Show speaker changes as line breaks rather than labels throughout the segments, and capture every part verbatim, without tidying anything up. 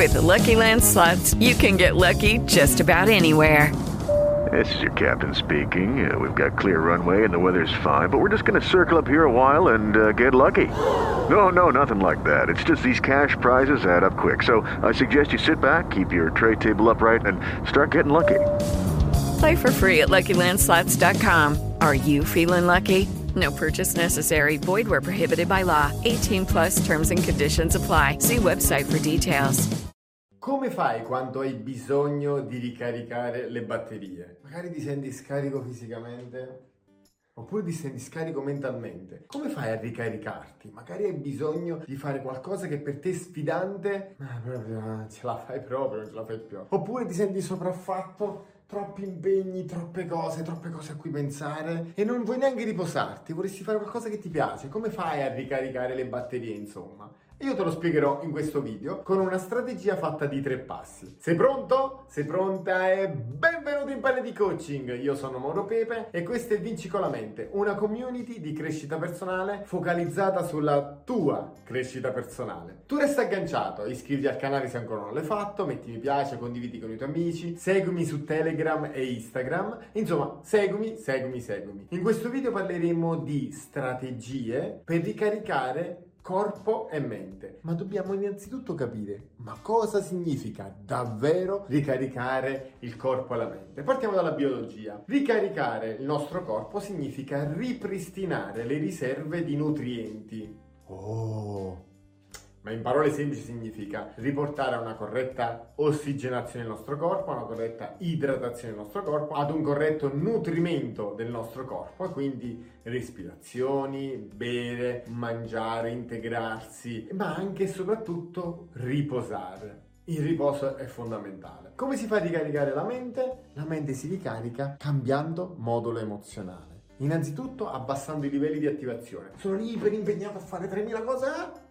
With the Lucky Land Slots, you can get lucky just about anywhere.
This is your captain speaking. Uh, we've got clear runway and the weather's fine, but we're just going to circle up here a while and uh, get lucky. No, no, nothing like that. It's just these cash prizes add up quick. So I suggest you sit back, keep your tray table upright, and start getting lucky.
Play for free at Lucky Land Slots dot com. Are you feeling lucky? No purchase necessary. Void where prohibited by law. eighteen plus terms and conditions apply. See website for details.
Come fai quando hai bisogno di ricaricare le batterie? Magari ti senti scarico fisicamente, oppure ti senti scarico mentalmente. Come fai a ricaricarti? Magari hai bisogno di fare qualcosa che per te è sfidante, ma proprio non ce la fai proprio, non ce la fai più. Oppure ti senti sopraffatto, troppi impegni, troppe cose, troppe cose a cui pensare e non vuoi neanche riposarti, vorresti fare qualcosa che ti piace. Come fai a ricaricare le batterie, insomma? Io te lo spiegherò in questo video con una strategia fatta di tre passi. Sei pronto? Sei pronta? E benvenuto in Pane di Coaching! Io sono Mauro Pepe e questo è Vinci con la Mente, una community di crescita personale focalizzata sulla tua crescita personale. Tu resta agganciato, iscriviti al canale se ancora non l'hai fatto, metti mi piace, condividi con i tuoi amici, seguimi su Telegram e Instagram, insomma seguimi, seguimi, seguimi. In questo video parleremo di strategie per ricaricare corpo e mente, ma dobbiamo innanzitutto capire ma cosa significa davvero ricaricare il corpo e la mente. Partiamo dalla biologia. Ricaricare il nostro corpo significa ripristinare le riserve di nutrienti. Oh! Ma in parole semplici significa riportare a una corretta ossigenazione del nostro corpo, a una corretta idratazione del nostro corpo, ad un corretto nutrimento del nostro corpo, e quindi respirazioni, bere, mangiare, integrarsi, ma anche e soprattutto riposare. Il riposo è fondamentale. Come si fa a ricaricare la mente? La mente si ricarica cambiando modulo emozionale. Innanzitutto abbassando i livelli di attivazione. Sono iper impegnato a fare tremila cose.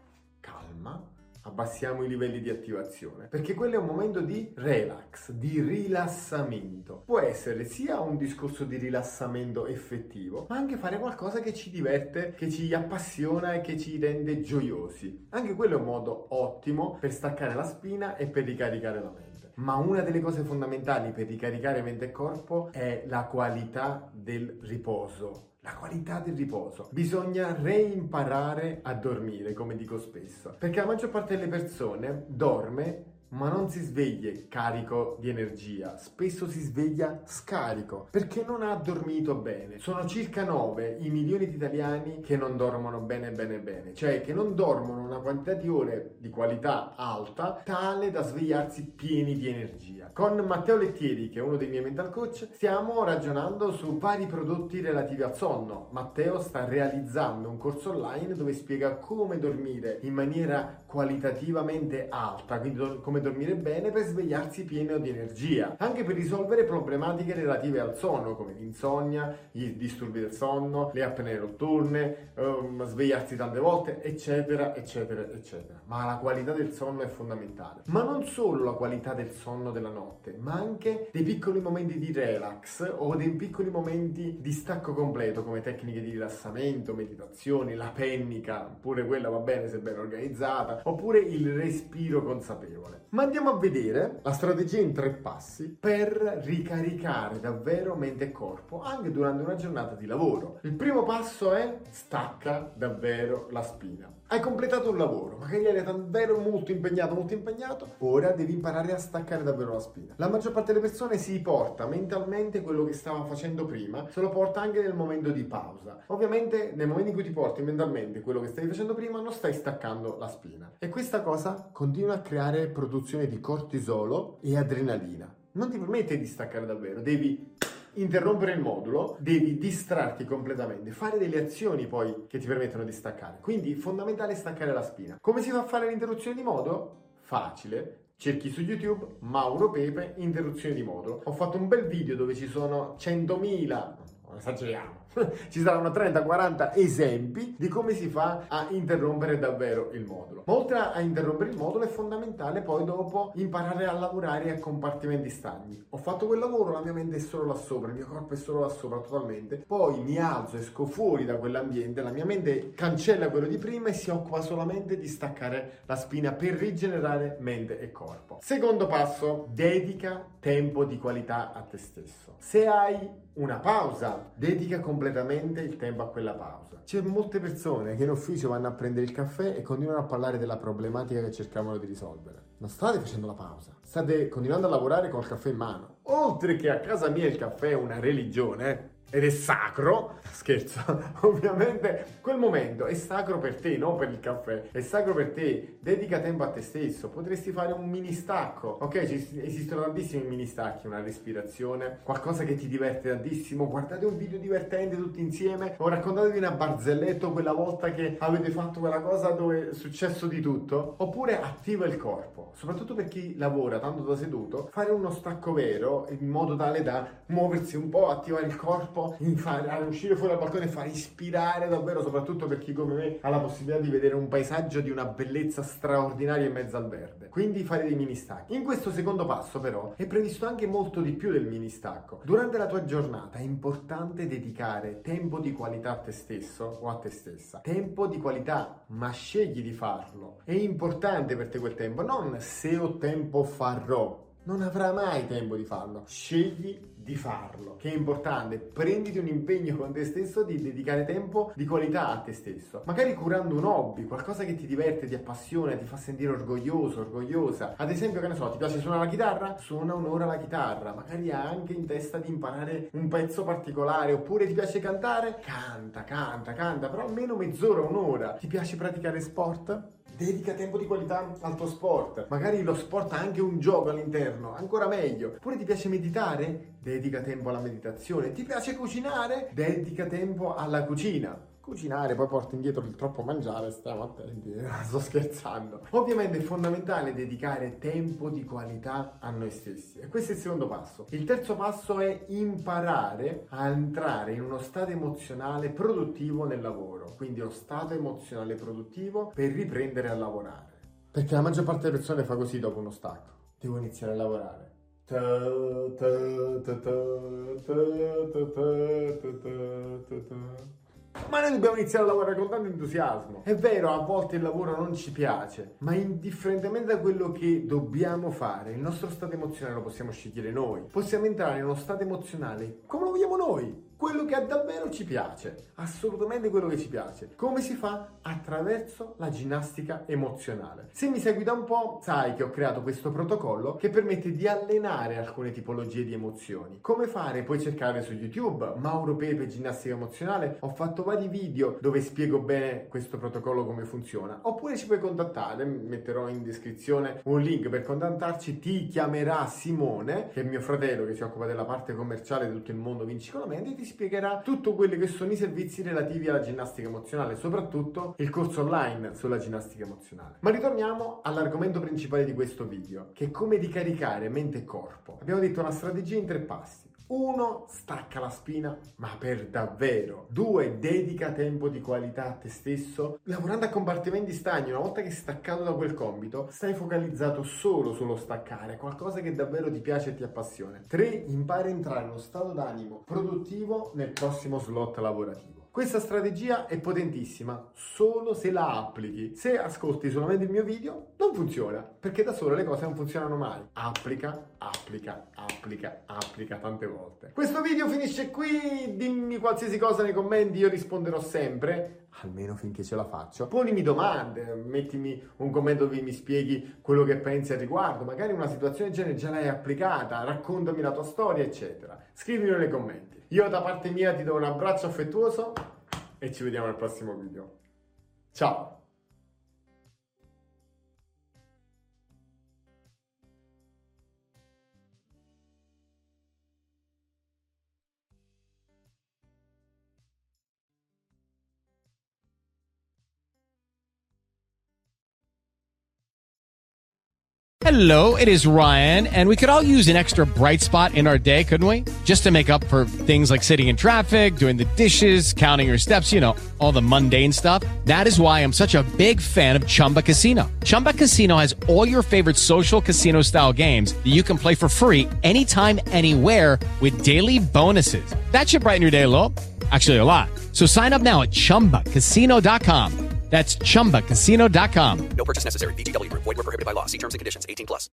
Calma, abbassiamo i livelli di attivazione, perché quello è un momento di relax, di rilassamento. Può essere sia un discorso di rilassamento effettivo, ma anche fare qualcosa che ci diverte, che ci appassiona e che ci rende gioiosi. Anche quello è un modo ottimo per staccare la spina e per ricaricare la mente. Ma una delle cose fondamentali per ricaricare mente e corpo è la qualità del riposo. La qualità del riposo. Bisogna reimparare a dormire, come dico spesso, perché la maggior parte delle persone dorme ma non si sveglia carico di energia, spesso si sveglia scarico perché non ha dormito bene. Sono circa nove i milioni di italiani che non dormono bene bene bene, cioè che non dormono una quantità di ore di qualità alta tale da svegliarsi pieni di energia. Con Matteo Lettieri, che è uno dei miei mental coach, stiamo ragionando su vari prodotti relativi al sonno. Matteo sta realizzando un corso online dove spiega come dormire in maniera qualitativamente alta, quindi do- come dormire bene per svegliarsi pieno di energia, anche per risolvere problematiche relative al sonno come l'insonnia, i disturbi del sonno, le apnee notturne, um, svegliarsi tante volte, eccetera eccetera eccetera. Ma la qualità del sonno è fondamentale, ma non solo la qualità del sonno della notte, ma anche dei piccoli momenti di relax o dei piccoli momenti di stacco completo, come tecniche di rilassamento, meditazioni, la pennica, pure quella va bene se ben organizzata, oppure il respiro consapevole. Ma andiamo a vedere la strategia in tre passi per ricaricare davvero mente e corpo anche durante una giornata di lavoro. Il primo passo è stacca davvero la spina. Hai completato un lavoro, magari eri davvero molto impegnato, molto impegnato, ora devi imparare a staccare davvero la spina. La maggior parte delle persone si porta mentalmente quello che stava facendo prima, se lo porta anche nel momento di pausa. Ovviamente nel momento in cui ti porti mentalmente quello che stavi facendo prima non stai staccando la spina. E questa cosa continua a creare produzione di cortisolo e adrenalina. Non ti permette di staccare davvero, devi interrompere il modulo, devi distrarti completamente, fare delle azioni poi che ti permettono di staccare. Quindi è fondamentale staccare la spina. Come si fa a fare l'interruzione di modulo? Facile. Cerchi su YouTube Mauro Pepe interruzione di modulo. Ho fatto un bel video dove ci sono centomila, non esageriamo. Ci saranno trenta quaranta esempi di come si fa a interrompere davvero il modulo. Ma oltre a interrompere il modulo è fondamentale poi dopo imparare a lavorare a compartimenti stagni. Ho fatto quel lavoro, la mia mente è solo là sopra, il mio corpo è solo là sopra totalmente. Poi mi alzo, esco fuori da quell'ambiente, la mia mente cancella quello di prima e si occupa solamente di staccare la spina per rigenerare mente e corpo. Secondo passo, dedica tempo di qualità a te stesso. Se hai una pausa, dedica completamente il tempo a quella pausa. C'è molte persone che in ufficio vanno a prendere il caffè e continuano a parlare della problematica che cercavano di risolvere. Non state facendo la pausa, state continuando a lavorare col caffè in mano. Oltre che a casa mia il caffè è una religione ed è sacro, scherzo, ovviamente quel momento è sacro per te, non per il caffè, è sacro per te, dedica tempo a te stesso, potresti fare un mini stacco, ok? Ci, esistono tantissimi mini stacchi, una respirazione, qualcosa che ti diverte tantissimo, guardate un video divertente tutti insieme o raccontatevi una barzelletta quella volta che avete fatto quella cosa dove è successo di tutto, oppure attiva il corpo, soprattutto per chi lavora tanto da seduto, fare uno stacco vero in modo tale da muoversi un po', attivare il corpo, fare, uscire fuori dal balcone e far ispirare davvero, soprattutto per chi come me ha la possibilità di vedere un paesaggio di una bellezza straordinaria in mezzo al verde. Quindi fare dei mini stacchi. In questo secondo passo però è previsto anche molto di più del mini stacco. Durante la tua giornata è importante dedicare tempo di qualità a te stesso o a te stessa. Tempo di qualità, ma scegli di farlo. È importante per te quel tempo, non se ho tempo farò. Non avrai mai tempo di farlo. Scegli di farlo, che è importante. Prenditi un impegno con te stesso di dedicare tempo di qualità a te stesso, magari curando un hobby, qualcosa che ti diverte, ti appassiona, ti fa sentire orgoglioso, orgogliosa. Ad esempio, che ne so, ti piace suonare la chitarra? Suona un'ora la chitarra, magari hai anche in testa di imparare un pezzo particolare, oppure ti piace cantare? Canta, canta, canta, però almeno mezz'ora, un'ora. Ti piace praticare sport? Dedica tempo di qualità al tuo sport. Magari lo sport ha anche un gioco all'interno, ancora meglio. Oppure ti piace meditare? Dedica tempo alla meditazione. Ti piace cucinare? Dedica tempo alla cucina. Cucinare poi porta indietro il troppo mangiare, stiamo attenti, sto scherzando. Ovviamente è fondamentale dedicare tempo di qualità a noi stessi e questo è il secondo passo. Il terzo passo è imparare a entrare in uno stato emozionale produttivo nel lavoro, quindi lo stato emozionale produttivo per riprendere a lavorare, perché la maggior parte delle persone fa così dopo uno stacco: devo iniziare a lavorare. Ma noi dobbiamo iniziare a lavorare con tanto entusiasmo. È vero, a volte il lavoro non ci piace, ma indifferentemente da quello che dobbiamo fare, il nostro stato emozionale lo possiamo scegliere noi. Possiamo entrare in uno stato emozionale come lo vogliamo noi, quello che davvero ci piace, assolutamente quello che ci piace. Come si fa? Attraverso la ginnastica emozionale. Se mi segui da un po', sai che ho creato questo protocollo che permette di allenare alcune tipologie di emozioni. Come fare? Puoi cercare su YouTube, Mauro Pepe Ginnastica Emozionale. Ho fatto vari video dove spiego bene questo protocollo come funziona. Oppure ci puoi contattare, metterò in descrizione un link per contattarci. Ti chiamerà Simone, che è mio fratello che si occupa della parte commerciale di tutto il mondo Vinci con la mente, e ti spiegherà tutto quelli che sono i servizi relativi alla ginnastica emozionale, soprattutto il corso online sulla ginnastica emozionale. Ma ritorniamo all'argomento principale di questo video, che è come ricaricare mente e corpo. Abbiamo detto una strategia in tre passi. Uno, stacca la spina, ma per davvero. Due, dedica tempo di qualità a te stesso. Lavorando a compartimenti stagni, una volta che sei staccato da quel compito, stai focalizzato solo sullo staccare, qualcosa che davvero ti piace e ti appassiona. Tre, impara a entrare in uno stato d'animo produttivo nel prossimo slot lavorativo. Questa strategia è potentissima solo se la applichi. Se ascolti solamente il mio video non funziona, perché da solo le cose non funzionano mai. Applica, applica, applica, applica tante volte. Questo video finisce qui, dimmi qualsiasi cosa nei commenti, io risponderò sempre, almeno finché ce la faccio. Ponimi domande, mettimi un commento dove mi spieghi quello che pensi al riguardo, magari una situazione del genere già l'hai applicata, raccontami la tua storia, eccetera. Scrivilo nei commenti. Io da parte mia ti do un abbraccio affettuoso e ci vediamo al prossimo video. Ciao!
Hello, it is Ryan, and we could all use an extra bright spot in our day, couldn't we? Just to make up for things like sitting in traffic, doing the dishes, counting your steps, you know, all the mundane stuff. That is why I'm such a big fan of Chumba Casino. Chumba Casino has all your favorite social casino-style games that you can play for free anytime, anywhere with daily bonuses. That should brighten your day a little. Actually, a lot. So sign up now at chumba casino dot com. That's chumba casino dot com.
No purchase necessary. V G W Group. Void where prohibited by law. See terms and conditions. eighteen plus.